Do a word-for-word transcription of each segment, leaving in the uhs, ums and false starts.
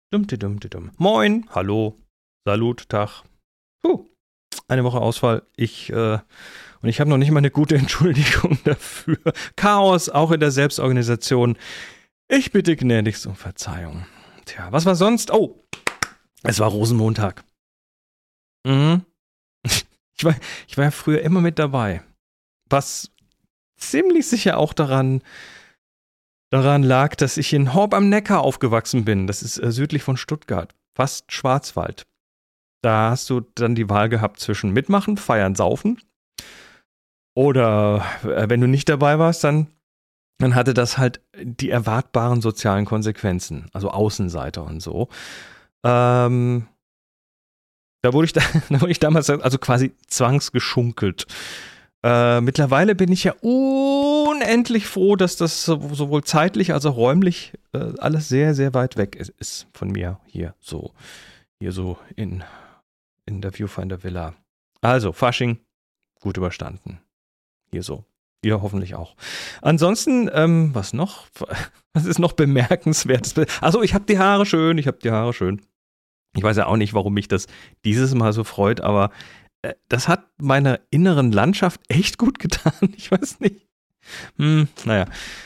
Dumm, dumm, dumm. Moin, hallo, Salut, Tag. Puh, eine Woche Ausfall. Ich, äh, und ich habe noch nicht mal eine gute Entschuldigung dafür. Chaos, auch in der Selbstorganisation. Ich bitte gnädigst um Verzeihung. Tja, was war sonst? Oh, es war Rosenmontag. Mhm. Ich war, ich war ja früher immer mit dabei. Was ziemlich sicher auch daran daran lag, dass ich in Horb am Neckar aufgewachsen bin. Das ist äh, südlich von Stuttgart, fast Schwarzwald. Da hast du dann die Wahl gehabt zwischen mitmachen, feiern, saufen. Oder äh, wenn du nicht dabei warst, dann, dann hatte das halt die erwartbaren sozialen Konsequenzen. Also Außenseiter und so. Ähm, da wurde ich, da, da wurde ich damals also quasi zwangsgeschunkelt. Äh, mittlerweile bin ich ja unendlich froh, dass das sowohl zeitlich als auch räumlich äh, alles sehr, sehr weit weg ist, ist von mir hier so, hier so in, in der Viewfinder Villa. Also, Fasching, gut überstanden. Hier so. Ihr hoffentlich auch. Ansonsten, ähm, was noch? Was ist noch bemerkenswertes? Also, ich habe die Haare schön, ich habe die Haare schön. Ich weiß ja auch nicht, warum mich das dieses Mal so freut, aber das hat meiner inneren Landschaft echt gut getan. Ich weiß nicht. Hm, naja.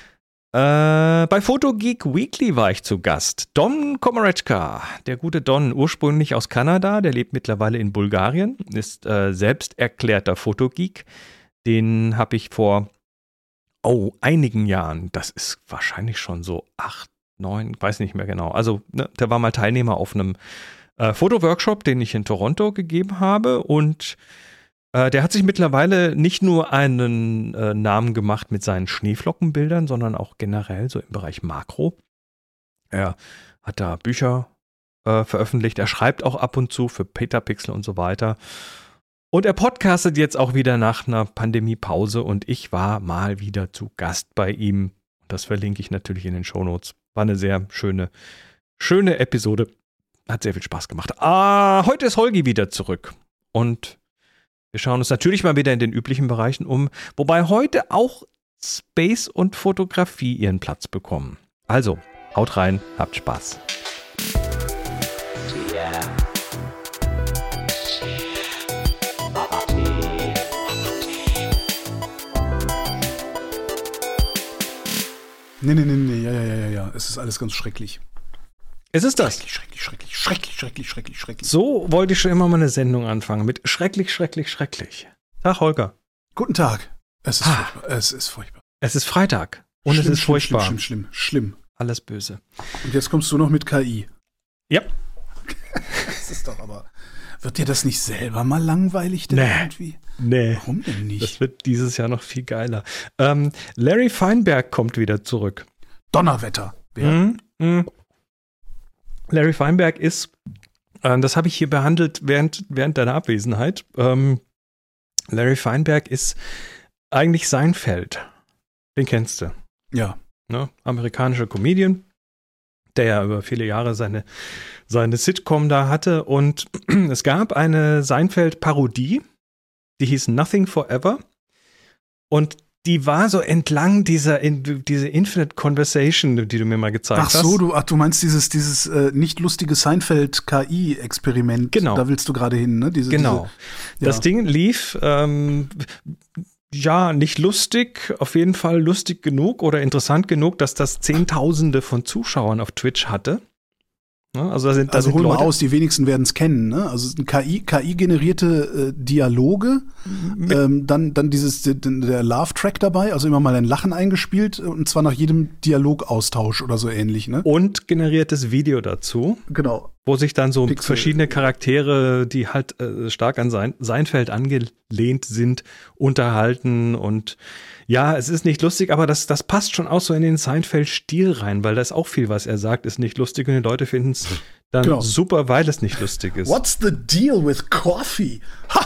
Äh, bei Fotogeek Weekly war ich zu Gast. Don Komarechka, der gute Don, ursprünglich aus Kanada, der lebt mittlerweile in Bulgarien, ist äh, selbst erklärter Fotogeek. Den habe ich vor, oh, einigen Jahren, das ist wahrscheinlich schon so acht, neun, weiß nicht mehr genau. Also, ne, der war mal Teilnehmer auf einem Äh, Fotoworkshop, den ich in Toronto gegeben habe, und äh, der hat sich mittlerweile nicht nur einen äh, Namen gemacht mit seinen Schneeflockenbildern, sondern auch generell so im Bereich Makro. Er hat da Bücher äh, veröffentlicht, er schreibt auch ab und zu für Petapixel und so weiter. Und er podcastet jetzt auch wieder nach einer Pandemiepause und ich war mal wieder zu Gast bei ihm. Das verlinke ich natürlich in den Shownotes. War eine sehr schöne, schöne Episode. Hat sehr viel Spaß gemacht. Ah, heute ist Holgi wieder zurück. Und wir schauen uns natürlich mal wieder in den üblichen Bereichen um. Wobei heute auch Space und Fotografie ihren Platz bekommen. Also, haut rein, habt Spaß. Nee, nee, nee, nee, ja, ja, ja, ja. Es ist alles ganz schrecklich. Es ist das. Schrecklich, schrecklich, schrecklich, schrecklich, schrecklich, schrecklich. So wollte ich schon immer mal eine Sendung anfangen. Mit schrecklich, schrecklich, schrecklich. Tag, Holger. Guten Tag. Es ist ah. furchtbar. Es ist furchtbar. Es ist Freitag. Und schlimm, es ist schlimm, furchtbar. Schlimm, schlimm, schlimm, schlimm. Alles böse. Und jetzt kommst du noch mit K I. Ja. Das ist doch aber... Wird dir das nicht selber mal langweilig denn nee. irgendwie? Nee. Warum denn nicht? Das wird dieses Jahr noch viel geiler. Ähm, Larry Feinberg kommt wieder zurück. Donnerwetter. Wer? Mm, mm. Larry Feinberg ist, äh, das habe ich hier behandelt während, während deiner Abwesenheit. Ähm, Larry Feinberg ist eigentlich Seinfeld. Den kennst du. Ja. Ne? Amerikanischer Comedian, der ja über viele Jahre seine, seine Sitcom da hatte. Und es gab eine Seinfeld-Parodie, die hieß Nothing Forever. Und die war so entlang dieser in, diese Infinite Conversation, die du mir mal gezeigt hast. Ach so, du, ach, du meinst dieses, dieses äh, nicht lustige Seinfeld-K I-Experiment. Genau. Da willst du gerade hin, ne? Diese, genau. Diese, ja. Das Ding lief, ähm, ja, nicht lustig, auf jeden Fall lustig genug oder interessant genug, dass das Zehntausende von Zuschauern auf Twitch hatte. Ja, also da sind, da also sind hol Leute, mal aus, die wenigsten werden es kennen, ne? Also K I, K I-generierte äh, Dialoge, ähm, dann, dann dieses der, der Laugh-Track dabei, also immer mal ein Lachen eingespielt und zwar nach jedem Dialogaustausch oder so ähnlich, ne? Und generiertes Video dazu. Genau. Wo sich dann so Pixel. verschiedene Charaktere, die halt äh, stark an Sein, Seinfeld angelehnt sind, unterhalten. Und ja, es ist nicht lustig, aber das, das passt schon auch so in den Seinfeld-Stil rein, weil da ist auch viel, was er sagt, ist nicht lustig und die Leute finden es dann genau. super, weil es nicht lustig ist. What's the deal with coffee?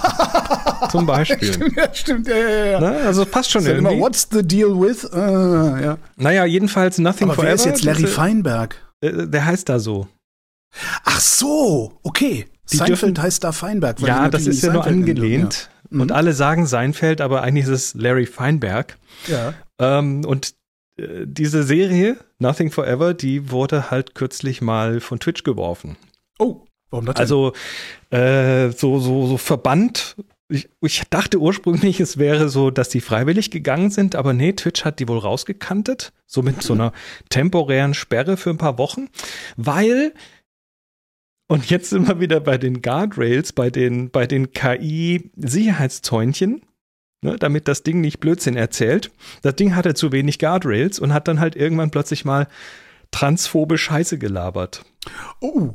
Zum Beispiel. Stimmt, ja, stimmt, ja, ja, ja. Na, also passt schon Sag irgendwie. Immer, what's the deal with? Uh, ja. Naja, jedenfalls Nothing aber Forever. Wer ist jetzt Larry Feinberg? Äh, der heißt da so. Ach so, okay. Die Seinfeld dürfen, heißt da Feinberg. Weil ja, das ist ja nur angelehnt. Ja. Mhm. Und alle sagen Seinfeld, aber eigentlich ist es Larry Feinberg. Ja. Ähm, und äh, diese Serie, Nothing Forever, die wurde halt kürzlich mal von Twitch geworfen. Oh, warum das denn? Also äh, so, so, so Verband. Ich, ich dachte ursprünglich, es wäre so, dass die freiwillig gegangen sind, aber nee, Twitch hat die wohl rausgekantet, so mit so einer temporären Sperre für ein paar Wochen, weil, und jetzt sind wir wieder bei den Guardrails, bei den, bei den K I-Sicherheitszäunchen, ne, damit das Ding nicht Blödsinn erzählt. Das Ding hatte zu wenig Guardrails und hat dann halt irgendwann plötzlich mal transphobe Scheiße gelabert. Oh.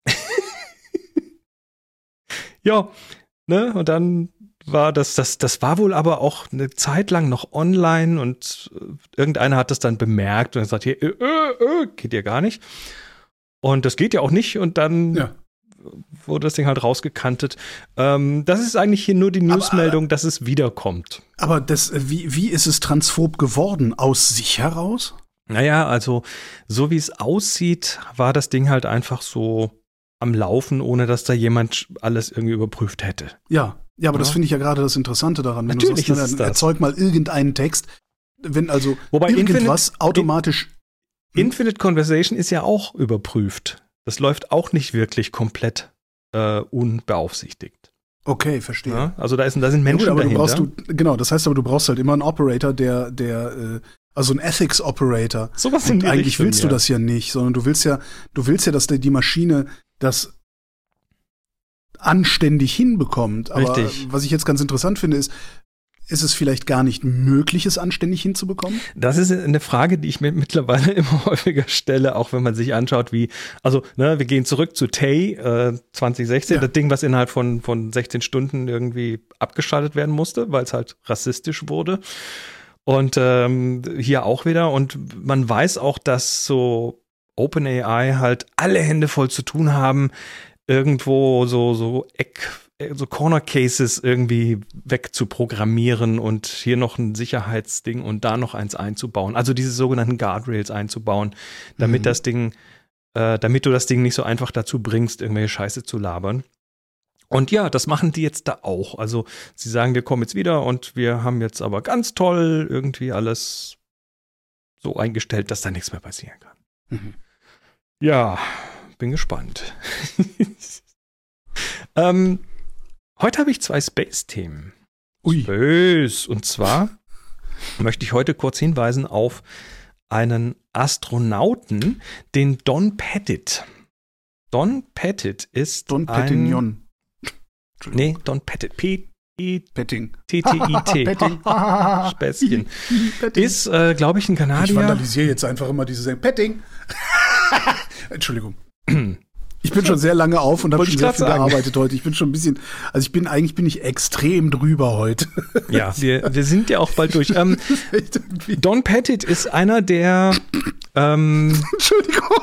Ja, ne, und dann war das, das, das war wohl aber auch eine Zeit lang noch online und irgendeiner hat das dann bemerkt und gesagt, hier, äh, äh, geht ja gar nicht. Und das geht ja auch nicht und dann Ja. wurde das Ding halt rausgekantet. Ähm, das ist eigentlich hier nur die Newsmeldung, aber, dass es wiederkommt. Aber das, wie, wie ist es transphob geworden? Aus sich heraus? Naja, also so wie es aussieht, war das Ding halt einfach so am Laufen, ohne dass da jemand alles irgendwie überprüft hätte. Ja, ja, aber Ja. das finde ich ja gerade das Interessante daran. Wenn Natürlich du sagst, ist es na, das. erzeug mal irgendeinen Text, wenn also Wobei irgendwas Infinite- automatisch Infinite Conversation ist ja auch überprüft. Das läuft auch nicht wirklich komplett äh, unbeaufsichtigt. Okay, verstehe. Ja? Also da, ist, da sind Ja, Menschen gut, aber du dahinter. brauchst du, genau, das heißt aber, du brauchst halt immer einen Operator, der, der, äh, also ein Ethics-Operator. Sowas in Und die eigentlich Richtung, willst du ja. das ja nicht, sondern du willst ja, du willst ja, dass die die Maschine das anständig hinbekommt. Aber Richtig. was ich jetzt ganz interessant finde, ist, ist es vielleicht gar nicht möglich, es anständig hinzubekommen? Das ist eine Frage, die ich mir mittlerweile immer häufiger stelle, auch wenn man sich anschaut, wie, also, ne, wir gehen zurück zu Tay äh, zwanzig sechzehn, Ja. das Ding, was innerhalb von, von sechzehn Stunden irgendwie abgeschaltet werden musste, weil es halt rassistisch wurde. Und ähm, hier auch wieder. Und man weiß auch, dass so OpenAI halt alle Hände voll zu tun haben, irgendwo so, so Eck, so Corner Cases irgendwie wegzuprogrammieren und hier noch ein Sicherheitsding und da noch eins einzubauen. Also diese sogenannten Guardrails einzubauen, damit Mhm. das Ding, äh, damit du das Ding nicht so einfach dazu bringst, irgendwelche Scheiße zu labern. Und ja, das machen die jetzt da auch. Also sie sagen, wir kommen jetzt wieder und wir haben jetzt aber ganz toll irgendwie alles so eingestellt, dass da nichts mehr passieren kann. Mhm. Ja, bin gespannt. ähm, heute habe ich zwei Space-Themen. Ui. Space. Und zwar möchte ich heute kurz hinweisen auf einen Astronauten, den Don Pettit. Don Pettit ist Don ein... Pettignon. Nee, Don Pettit. P I Petting. T T I T. Petting. Späßchen. Petting. Ist, äh, glaube ich, ein Ich Kanadier. vandalisiere jetzt einfach immer diese Sänger. Petting. Entschuldigung. Ich bin schon sehr lange auf und habe Wollte schon ich sehr grad viel sagen. gearbeitet heute. Ich bin schon ein bisschen, also ich bin, eigentlich bin ich extrem drüber heute. Ja, wir, wir sind ja auch bald durch. Ähm, Echt irgendwie- Don Pettit ist einer der ähm, Entschuldigung.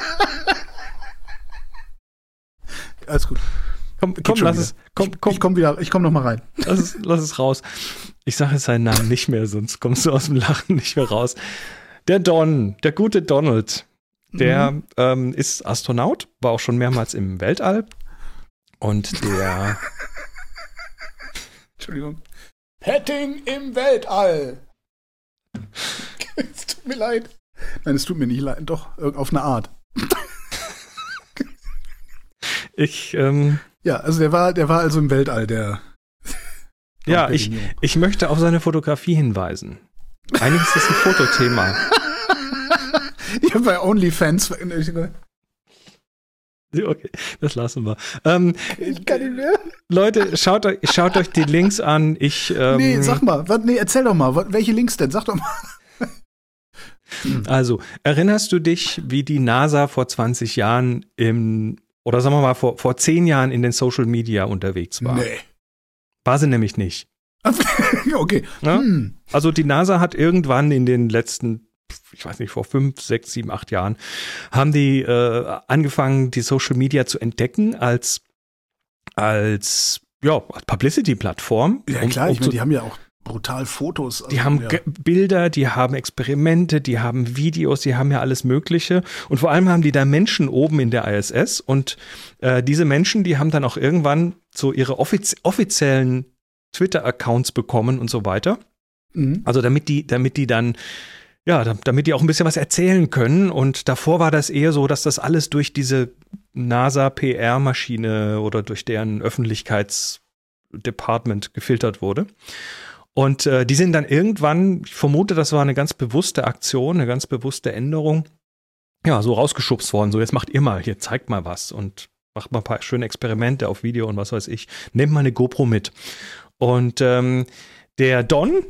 Alles gut. komm, komm, schon lass wieder. es, komm, komm, Ich komme wieder, ich komme noch mal rein. lass es, lass es raus. Ich sage jetzt seinen Namen nicht mehr, sonst kommst du aus dem Lachen nicht mehr raus. Der Don, der gute Donald, der Mhm. ähm, ist Astronaut, war auch schon mehrmals im Weltall und der Entschuldigung. Petting im Weltall. Es tut mir leid. Nein, es tut mir nicht leid. Doch, irg- auf eine Art. ich ähm, Ja, also der war, der war also im Weltall, der. ja, Don ich, Pettignon. ich möchte auf seine Fotografie hinweisen. Eigentlich ist das ein Fotothema. Ich habe bei OnlyFans. Okay, das lassen wir. Ähm, Ich kann nicht mehr. Leute, schaut euch, schaut euch die Links an. Ich, ähm, Nee, sag mal, was, nee, erzähl doch mal, was, welche Links denn? Sag doch mal. Also, erinnerst du dich, wie die NASA vor zwanzig Jahren im, oder sagen wir mal, vor, vor zehn Jahren in den Social Media unterwegs war? Nee. War sie nämlich nicht. Okay. Ja? Hm. Also die NASA hat irgendwann in den letzten, ich weiß nicht, vor fünf, sechs, sieben, acht Jahren, haben die äh, angefangen, die Social Media zu entdecken als, als ja, Publicity-Plattform. Ja um- klar, um ich meine, zu- die haben ja auch brutal Fotos. Die also, haben ja. Ge- Bilder, die haben Experimente, die haben Videos, die haben ja alles Mögliche. Und vor allem haben die da Menschen oben in der I S S. Und äh, diese Menschen, die haben dann auch irgendwann so ihre offiz offiziellen Twitter-Accounts bekommen und so weiter. Mhm. Also damit die, damit die dann ja, damit die auch ein bisschen was erzählen können. Und davor war das eher so, dass das alles durch diese NASA-P R-Maschine oder durch deren Öffentlichkeitsdepartment gefiltert wurde. Und äh, die sind dann irgendwann, ich vermute, das war eine ganz bewusste Aktion, eine ganz bewusste Änderung, ja, so rausgeschubst worden. So, jetzt macht ihr mal, hier, zeigt mal was und macht mal ein paar schöne Experimente auf Video und was weiß ich. Nehmt mal eine GoPro mit. Und ähm, der Don,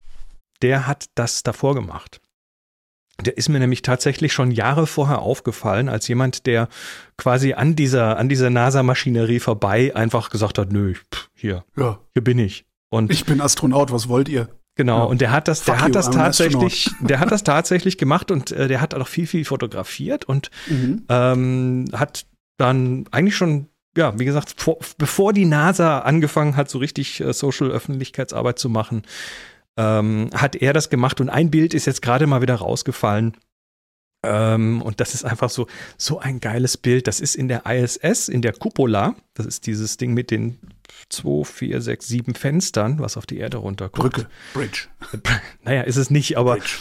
der hat das davor gemacht. Der ist mir nämlich tatsächlich schon Jahre vorher aufgefallen, als jemand, der quasi an dieser, an dieser NASA-Maschinerie vorbei einfach gesagt hat, nö, pff, hier, ja. hier bin ich. Und ich bin Astronaut, was wollt ihr? Genau, ja. Und der hat das, der Fuck hat you, das I'm tatsächlich, der hat das tatsächlich gemacht und äh, der hat auch viel, viel fotografiert und mhm. ähm, hat dann eigentlich schon, ja, wie gesagt, vor, bevor die NASA angefangen hat, so richtig äh, Social-Öffentlichkeitsarbeit zu machen, ähm, hat er das gemacht und ein Bild ist jetzt gerade mal wieder rausgefallen. Ähm, und das ist einfach so, so ein geiles Bild. Das ist in der I S S, in der Cupola. Das ist dieses Ding mit den zwei, vier, sechs, sieben Fenstern, was auf die Erde runterguckt. Brücke, Bridge. Naja, ist es nicht, aber Bridge.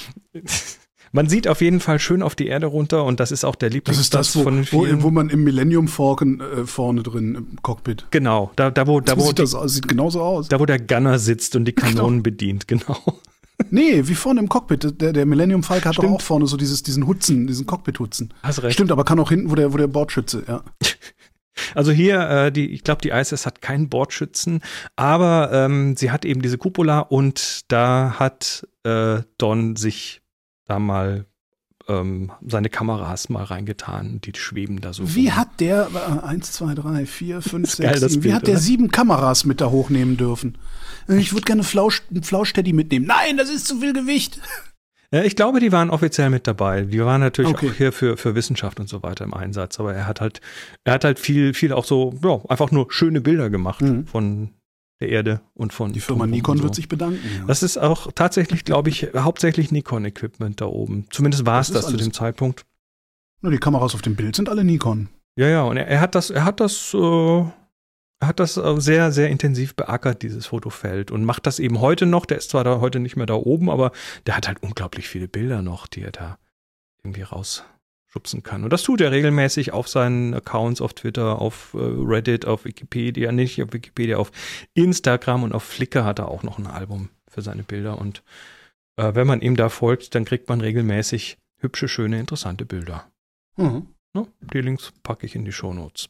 Man sieht auf jeden Fall schön auf die Erde runter und das ist auch der Lieblingsplatz das ist das, wo, von den vielen. Wo, wo man im Millennium Falcon äh, vorne drin im Cockpit. Genau, da, da wo, da so wo sieht die, das aus, sieht genauso aus. Da wo der Gunner sitzt und die Kanonen genau. bedient, genau. Nee, wie vorne im Cockpit. Der, der Millennium Falcon hat doch auch vorne so dieses, diesen Hutzen, diesen Cockpit-Hutzen. Hast recht. Stimmt, aber kann auch hinten, wo der, wo der Bordschütze, ja. Also hier, äh, die, ich glaube, die I S S hat keinen Bordschützen, aber ähm, sie hat eben diese Cupola und da hat äh, Don sich da mal ähm, seine Kameras mal reingetan, die schweben da so. Wie rum. hat der, äh, eins, zwei, drei, vier, fünf, sechs, geil, sieben, wie Bild, hat der oder? sieben Kameras mit da hochnehmen dürfen? Ich würde gerne Flausch, einen Flausch-Teddy mitnehmen. Nein, das ist zu viel Gewicht. Ja, ich glaube, die waren offiziell mit dabei. Die waren natürlich Okay. auch hier für, für Wissenschaft und so weiter im Einsatz. Aber er hat halt, er hat halt viel, viel auch so, ja, einfach nur schöne Bilder gemacht Mhm. von der Erde und von. Die Firma von- Nikon so. wird sich bedanken. Ja. Das ist auch tatsächlich, glaube ich, hauptsächlich Nikon-Equipment da oben. Zumindest war es Das das, ist zu alles. dem Zeitpunkt. Nur die Kameras auf dem Bild sind alle Nikon. Ja, ja, und er, er hat das, er hat das, äh, er hat das äh, sehr, sehr intensiv beackert, dieses Fotofeld, und macht das eben heute noch. Der ist zwar da heute nicht mehr da oben, aber der hat halt unglaublich viele Bilder noch, die er da irgendwie rausschubsen kann. Und das tut er regelmäßig auf seinen Accounts, auf Twitter, auf äh, Reddit, auf Wikipedia, nicht auf Wikipedia, auf Instagram und auf Flickr hat er auch noch ein Album für seine Bilder. Und äh, wenn man ihm da folgt, dann kriegt man regelmäßig hübsche, schöne, interessante Bilder. Mhm. Ne? Die Links packe ich in die Shownotes.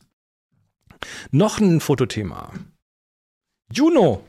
Noch ein Fotothema. Juno.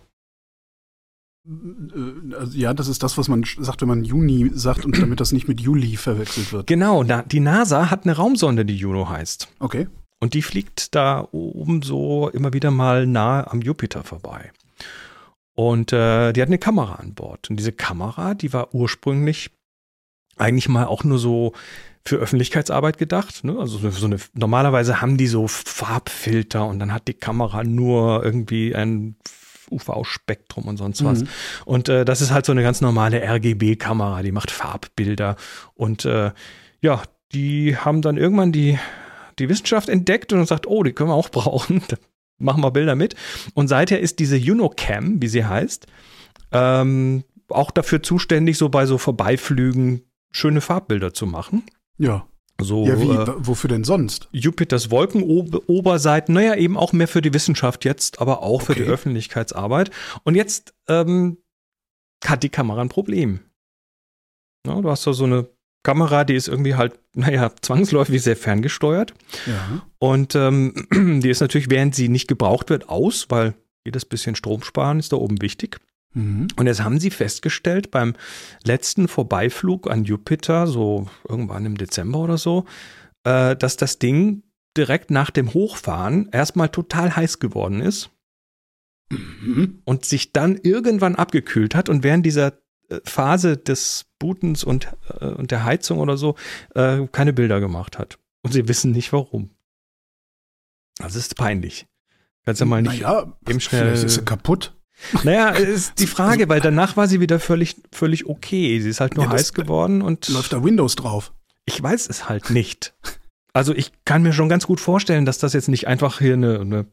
Äh, also, ja, das ist das, was man sch- sagt, wenn man Juni sagt, und damit das nicht mit Juli verwechselt wird. Genau, na, die NASA hat eine Raumsonde, die Juno heißt. Okay. Und die fliegt da oben so immer wieder mal nahe am Jupiter vorbei. Und äh, die hat eine Kamera an Bord. Und diese Kamera, die war ursprünglich eigentlich mal auch nur so für Öffentlichkeitsarbeit gedacht. Ne? Also so eine, normalerweise haben die so Farbfilter und dann hat die Kamera nur irgendwie ein U V-Spektrum und sonst was. Mhm. Und äh, das ist halt so eine ganz normale R G B-Kamera, die macht Farbbilder. Und äh, ja, die haben dann irgendwann die, die Wissenschaft entdeckt und sagt, oh, die können wir auch brauchen. Da machen wir Bilder mit. Und seither ist diese Junocam, wie sie heißt, ähm, auch dafür zuständig, so bei so Vorbeiflügen schöne Farbbilder zu machen. Ja. So, Ja, wie? äh, w- Wofür denn sonst? Jupiters Wolkenoberseiten, naja, eben auch mehr für die Wissenschaft jetzt, aber auch für Okay. die Öffentlichkeitsarbeit. Und jetzt ähm, hat die Kamera ein Problem. Ja, du hast da so eine Kamera, die ist irgendwie halt, naja, zwangsläufig sehr ferngesteuert. Ja. Und ähm, die ist natürlich, während sie nicht gebraucht wird, aus, weil jedes bisschen Strom sparen ist da oben wichtig. Mhm. Und jetzt haben sie festgestellt, beim letzten Vorbeiflug an Jupiter, so irgendwann im Dezember oder so, äh, dass das Ding direkt nach dem Hochfahren erstmal total heiß geworden ist Mhm. und sich dann irgendwann abgekühlt hat und während dieser äh, Phase des Bootens und, äh, und der Heizung oder so äh, keine Bilder gemacht hat. Und sie wissen nicht warum. Das ist peinlich. Kannst ja mal nicht Naja, eben schnell. vielleicht ist sie kaputt. Naja, ist die Frage, weil danach war sie wieder völlig, völlig okay. Sie ist halt nur Ja, das- heiß geworden und Läuft da Windows drauf? ich weiß es halt nicht. Also ich kann mir schon ganz gut vorstellen, dass das jetzt nicht einfach hier eine, eine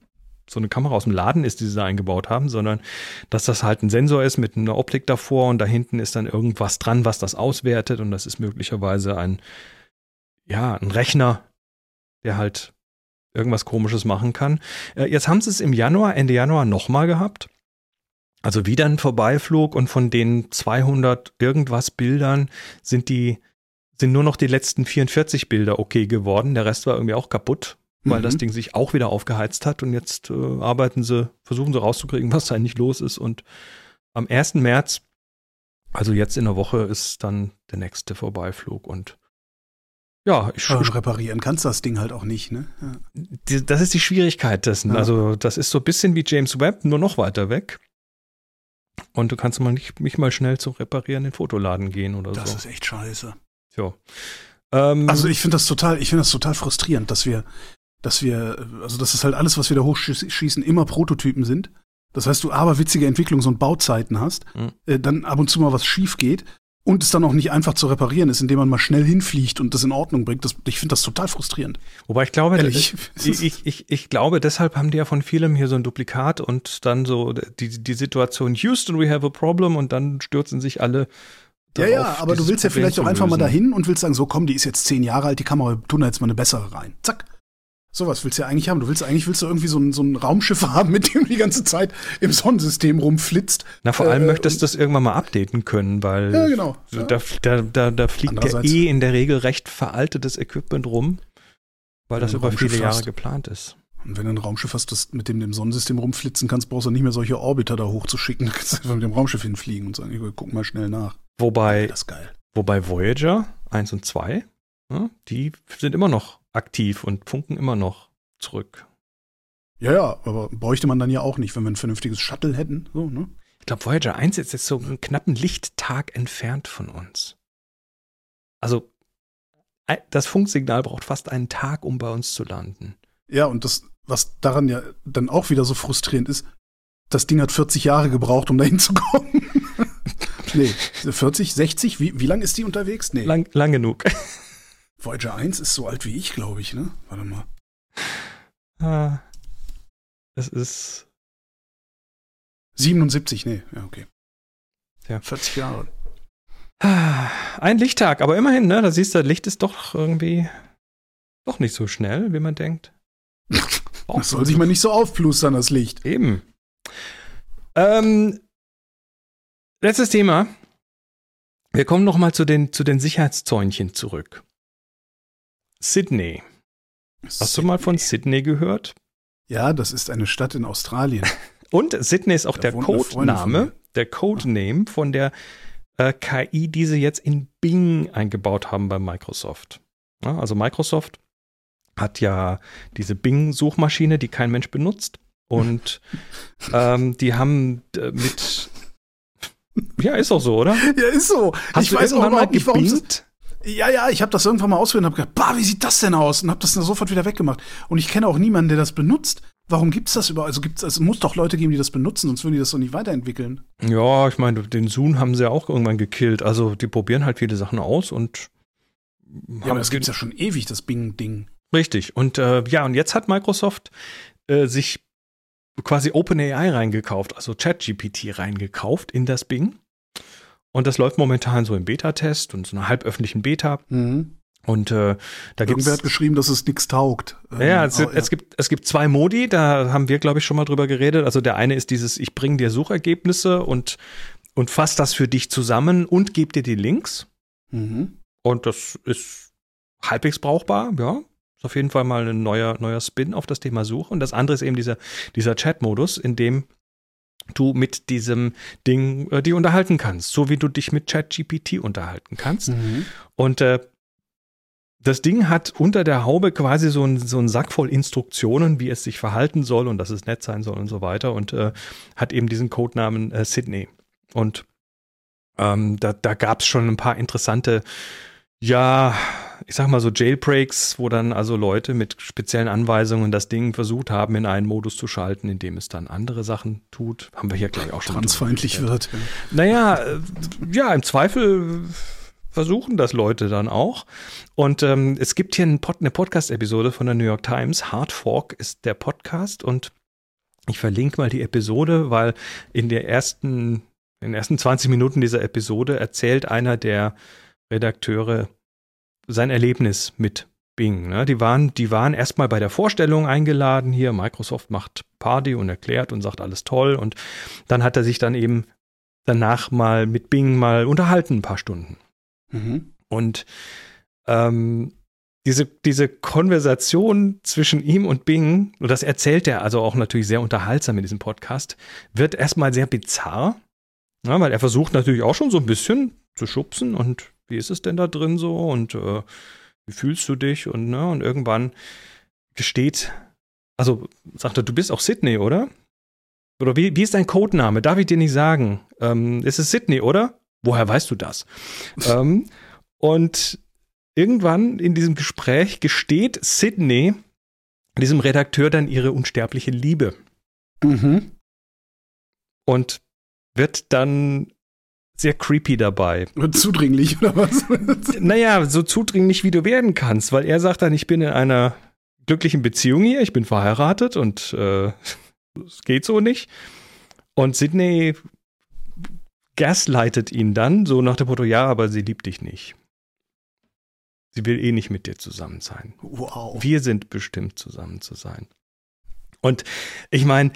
so eine Kamera aus dem Laden ist, die sie da eingebaut haben, sondern dass das halt ein Sensor ist mit einer Optik davor und da hinten ist dann irgendwas dran, was das auswertet und das ist möglicherweise ein, ja, ein Rechner, der halt irgendwas Komisches machen kann. Äh, jetzt haben sie es im Januar, Ende Januar nochmal gehabt. Also wieder ein Vorbeiflug und von den zweihundert irgendwas Bildern sind die, sind nur noch die letzten vierundvierzig Bilder okay geworden. Der Rest war irgendwie auch kaputt, weil mhm. das Ding sich auch wieder aufgeheizt hat und jetzt äh, arbeiten sie, versuchen sie rauszukriegen, was da eigentlich los ist und am ersten März, also jetzt in der Woche, ist dann der nächste Vorbeiflug und ja, ich Aber reparieren kannst das Ding halt auch nicht, ne? Ja. Die, das ist die Schwierigkeit dessen. Ja. Also das ist so ein bisschen wie James Webb, nur noch weiter weg. Und du kannst mal nicht, nicht mal schnell zum Reparieren in den Fotoladen gehen oder das so. Das ist echt scheiße. Ja. Ähm, also ich finde das total, ich finde das total frustrierend, dass wir, dass wir, also das ist halt alles, was wir da hochschießen, immer Prototypen sind. Das heißt, du aberwitzige Entwicklungs- und Bauzeiten hast, mhm. äh, dann ab und zu mal was schief geht und es dann auch nicht einfach zu reparieren ist, indem man mal schnell hinfliegt und das in Ordnung bringt. Das, ich finde das total frustrierend. Wobei ich glaube, Ehrlich? ich, ich, ich, ich glaube, deshalb haben die ja von vielem hier so ein Duplikat und dann so die, die Situation Houston, we have a problem und dann stürzen sich alle Ja, ja, aber du willst ja vielleicht auch einfach mal dahin und willst sagen, so komm, die ist jetzt zehn Jahre alt, die Kamera, tun da jetzt mal eine bessere rein. Zack. Sowas willst du ja eigentlich haben. Du willst eigentlich willst du irgendwie so ein, so ein Raumschiff haben, mit dem du die ganze Zeit im Sonnensystem rumflitzt. Na, vor allem äh, möchtest du das irgendwann mal updaten können, weil ja, genau. So, da, da, da, da fliegt ja eh in der Regel recht veraltetes Equipment rum, weil das über viele Jahre hast. geplant ist. Und wenn du ein Raumschiff hast, das mit dem du im Sonnensystem rumflitzen kannst, brauchst du nicht mehr solche Orbiter da hochzuschicken. Du kannst einfach mit dem Raumschiff hinfliegen und sagen, ich guck mal schnell nach. Wobei, das ist geil. wobei Voyager eins und zwei, ja, die sind immer noch aktiv und funken immer noch zurück. Ja, ja, aber bräuchte man dann ja auch nicht, wenn wir ein vernünftiges Shuttle hätten. So, ne? Ich glaube, Voyager eins ist jetzt so einen knappen Lichttag entfernt von uns. Also, das Funksignal braucht fast einen Tag, um bei uns zu landen. Ja, und das, was daran ja dann auch wieder so frustrierend ist, das Ding hat vierzig Jahre gebraucht, um da hinzukommen. Nee, vierzig, sechzig, wie, wie lang ist die unterwegs? Nee. Lang, lang genug. Voyager eins ist so alt wie ich, glaube ich, ne? Warte mal. Ah, es ist siebenundsiebzig, nee, ja, okay. Ja. vierzig Jahre. Ah, ein Lichttag, aber immerhin, ne? Da siehst du, das Licht ist doch irgendwie doch nicht so schnell, wie man denkt. Das soll sich mal nicht so aufplustern, das Licht. Eben. Ähm, letztes Thema. Wir kommen noch mal zu den, zu den Sicherheitszäunchen zurück. Sydney. Hast Sydney. du mal von Sydney gehört? Ja, das ist eine Stadt in Australien. Und Sydney ist auch da der Codename, der Codename von der äh, K I, die sie jetzt in Bing eingebaut haben bei Microsoft. Ja, also Microsoft hat ja diese Bing-Suchmaschine, die kein Mensch benutzt. Und ähm, die haben äh, mit ja, ist auch so, oder? Ja, ist so. Hast ich du weiß auch irgendwann mal nicht, warum gebingt? Ja, ja, ich habe das irgendwann mal ausprobiert und habe gedacht, bah, wie sieht das denn aus? Und habe das dann sofort wieder weggemacht. Und ich kenne auch niemanden, der das benutzt. Warum gibt's das überhaupt? Also gibt's, es muss doch Leute geben, die das benutzen, sonst würden die das doch nicht weiterentwickeln. Ja, ich meine, den Zoom haben sie ja auch irgendwann gekillt. Also die probieren halt viele Sachen aus und ja, aber das gibt's ja schon ewig, das Bing-Ding. Richtig. Und äh, ja, und jetzt hat Microsoft äh, sich quasi OpenAI reingekauft, also ChatGPT reingekauft in das Bing. Und das läuft momentan so im Beta-Test und so einer halböffentlichen Beta. Mhm. Und äh, da gibt's Irgendwer hat geschrieben, dass es nichts taugt. Ja, es, ähm, oh, es, ja. gibt, es gibt zwei Modi, da haben wir, glaube ich, schon mal drüber geredet. Also der eine ist dieses, ich bringe dir Suchergebnisse und, und fasse das für dich zusammen und gebe dir die Links. Mhm. Und das ist halbwegs brauchbar, ja. Ist auf jeden Fall mal ein neuer, neuer Spin auf das Thema Suche. Und das andere ist eben dieser, dieser Chat-Modus, in dem du mit diesem Ding äh, die unterhalten kannst, so wie du dich mit ChatGPT unterhalten kannst. Mhm. Und äh, das Ding hat unter der Haube quasi so einen so einen Sack voll Instruktionen, wie es sich verhalten soll und dass es nett sein soll und so weiter und äh, hat eben diesen Codenamen äh, Sydney. Und ähm, da, da gab es schon ein paar interessante, ja, ich sag mal so Jailbreaks, wo dann also Leute mit speziellen Anweisungen das Ding versucht haben, in einen Modus zu schalten, in dem es dann andere Sachen tut. Haben wir hier gleich auch schon. Transfeindlich wird. Ja. Naja, äh, ja, im Zweifel versuchen das Leute dann auch. Und ähm, es gibt hier einen Pod, eine Podcast-Episode von der New York Times. Hard Fork ist der Podcast und Ich verlinke mal die Episode, weil in der ersten, in den ersten zwanzig Minuten dieser Episode erzählt einer der Redakteure sein Erlebnis mit Bing. Ne? Die waren, die waren erstmal bei der Vorstellung eingeladen hier. Microsoft macht Party und erklärt und sagt alles toll. Und dann hat er sich dann eben danach mal mit Bing mal unterhalten, ein paar Stunden. Mhm. Und ähm, diese, diese Konversation zwischen ihm und Bing, und das erzählt er also auch natürlich sehr unterhaltsam in diesem Podcast, wird erstmal sehr bizarr, ja, weil er versucht natürlich auch schon so ein bisschen zu schubsen und wie ist es denn da drin so und äh, wie fühlst du dich und, ne, und irgendwann gesteht, also sagt er, du bist auch Sydney, oder? Oder wie, wie ist dein Codename? Darf ich dir nicht sagen? Ähm, ist es Sydney, oder? Woher weißt du das? ähm, und irgendwann in diesem Gespräch gesteht Sydney diesem Redakteur dann ihre unsterbliche Liebe. Mhm. Und wird dann sehr creepy dabei. Und zudringlich, oder was? Naja, so zudringlich, wie du werden kannst, weil er sagt dann, ich bin in einer glücklichen Beziehung hier, ich bin verheiratet und äh, es geht so nicht. Und Sydney gaslightet ihn dann, so nach dem Motto, ja, aber sie liebt dich nicht. Sie will eh nicht mit dir zusammen sein. Wow. Wir sind bestimmt, zusammen zu sein. Und ich meine,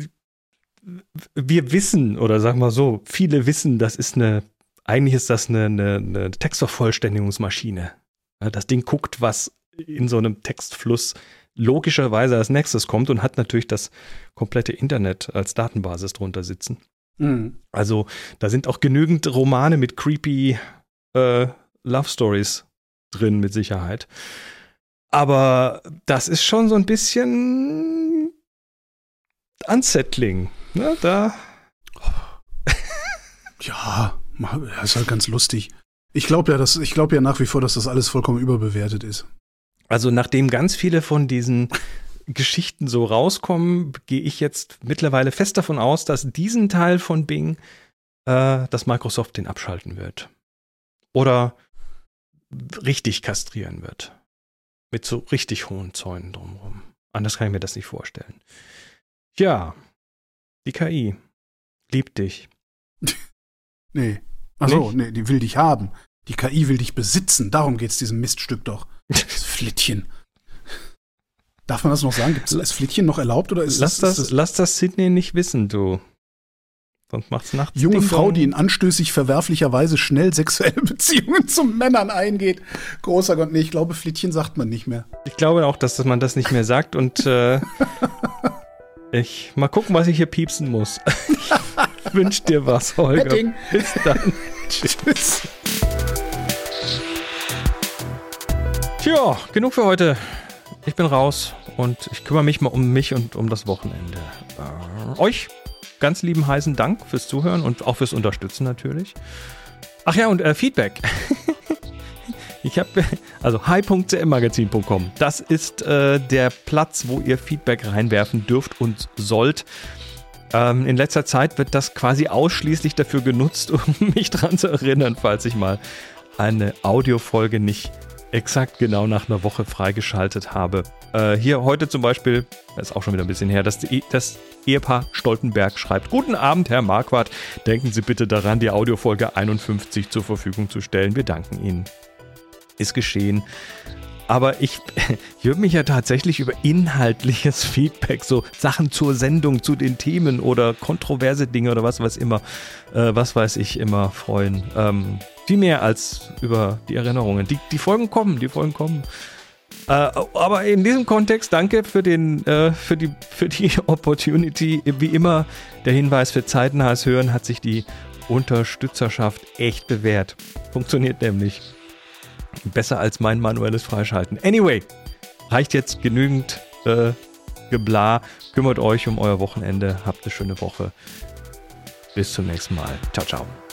wir wissen, oder sagen wir so, viele wissen, das ist eine, eigentlich ist das eine, eine, eine Textvervollständigungsmaschine. Das Ding guckt, was in so einem Textfluss logischerweise als nächstes kommt und hat natürlich das komplette Internet als Datenbasis drunter sitzen. Mhm. Also da sind auch genügend Romane mit creepy äh, Love Stories drin, mit Sicherheit. Aber das ist schon so ein bisschen unsettling. Ne? Da. Ja, das ist halt ganz lustig. Ich glaube ja, dass, ich glaube ja nach wie vor, dass das alles vollkommen überbewertet ist. Also nachdem ganz viele von diesen Geschichten so rauskommen, gehe ich jetzt mittlerweile fest davon aus, dass diesen Teil von Bing, äh, dass Microsoft den abschalten wird. Oder richtig kastrieren wird. Mit so richtig hohen Zäunen drumherum. Anders kann ich mir das nicht vorstellen. Ja, die K I liebt dich. Nee. Achso, nee, die will dich haben. Die K I will dich besitzen. Darum geht's diesem Miststück doch. Das Flittchen. Darf man das noch sagen? Gibt es das Flittchen noch erlaubt? Oder ist lass, das, das, ist das lass das Sydney nicht wissen, du. Sonst macht's nachts. junge Ding Frau, Dong. die in anstößig verwerflicherweise schnell sexuelle Beziehungen zu Männern eingeht. Großer Gott, nee, ich glaube, Flittchen sagt man nicht mehr. Ich glaube auch, dass man das nicht mehr sagt und äh, ich mal gucken, was ich hier piepsen muss. Ich wünsch dir was, Holger. Petting. Bis dann. Tschüss. Tja, genug für heute. Ich bin raus und ich kümmere mich mal um mich und um das Wochenende. Äh, euch ganz lieben heißen Dank fürs Zuhören und auch fürs Unterstützen natürlich. Ach ja, und äh, Feedback. Ich habe, also hi punkt c m magazin punkt com. Das ist äh, der Platz, wo ihr Feedback reinwerfen dürft und sollt. Ähm, in letzter Zeit wird das quasi ausschließlich dafür genutzt, um mich dran zu erinnern, falls ich mal eine Audiofolge nicht exakt genau nach einer Woche freigeschaltet habe. Äh, hier heute zum Beispiel, das ist auch schon wieder ein bisschen her, das, das Ehepaar Stoltenberg schreibt: Guten Abend, Herr Marquardt. Denken Sie bitte daran, die Audiofolge einundfünfzig zur Verfügung zu stellen. Wir danken Ihnen. Ist geschehen. Aber ich, ich würde mich ja tatsächlich über inhaltliches Feedback, so Sachen zur Sendung, zu den Themen oder kontroverse Dinge oder was weiß immer, äh, was weiß ich, immer freuen. Ähm, viel mehr als über die Erinnerungen. Die, die Folgen kommen, die Folgen kommen. Äh, aber in diesem Kontext danke für, den, äh, für, die, für die Opportunity. Wie immer der Hinweis: für zeitnahes Hören hat sich die Unterstützerschaft echt bewährt. Funktioniert nämlich. Besser als mein manuelles Freischalten. Anyway, reicht jetzt genügend äh, Gebla. Kümmert euch um euer Wochenende. Habt eine schöne Woche. Bis zum nächsten Mal. Ciao, ciao.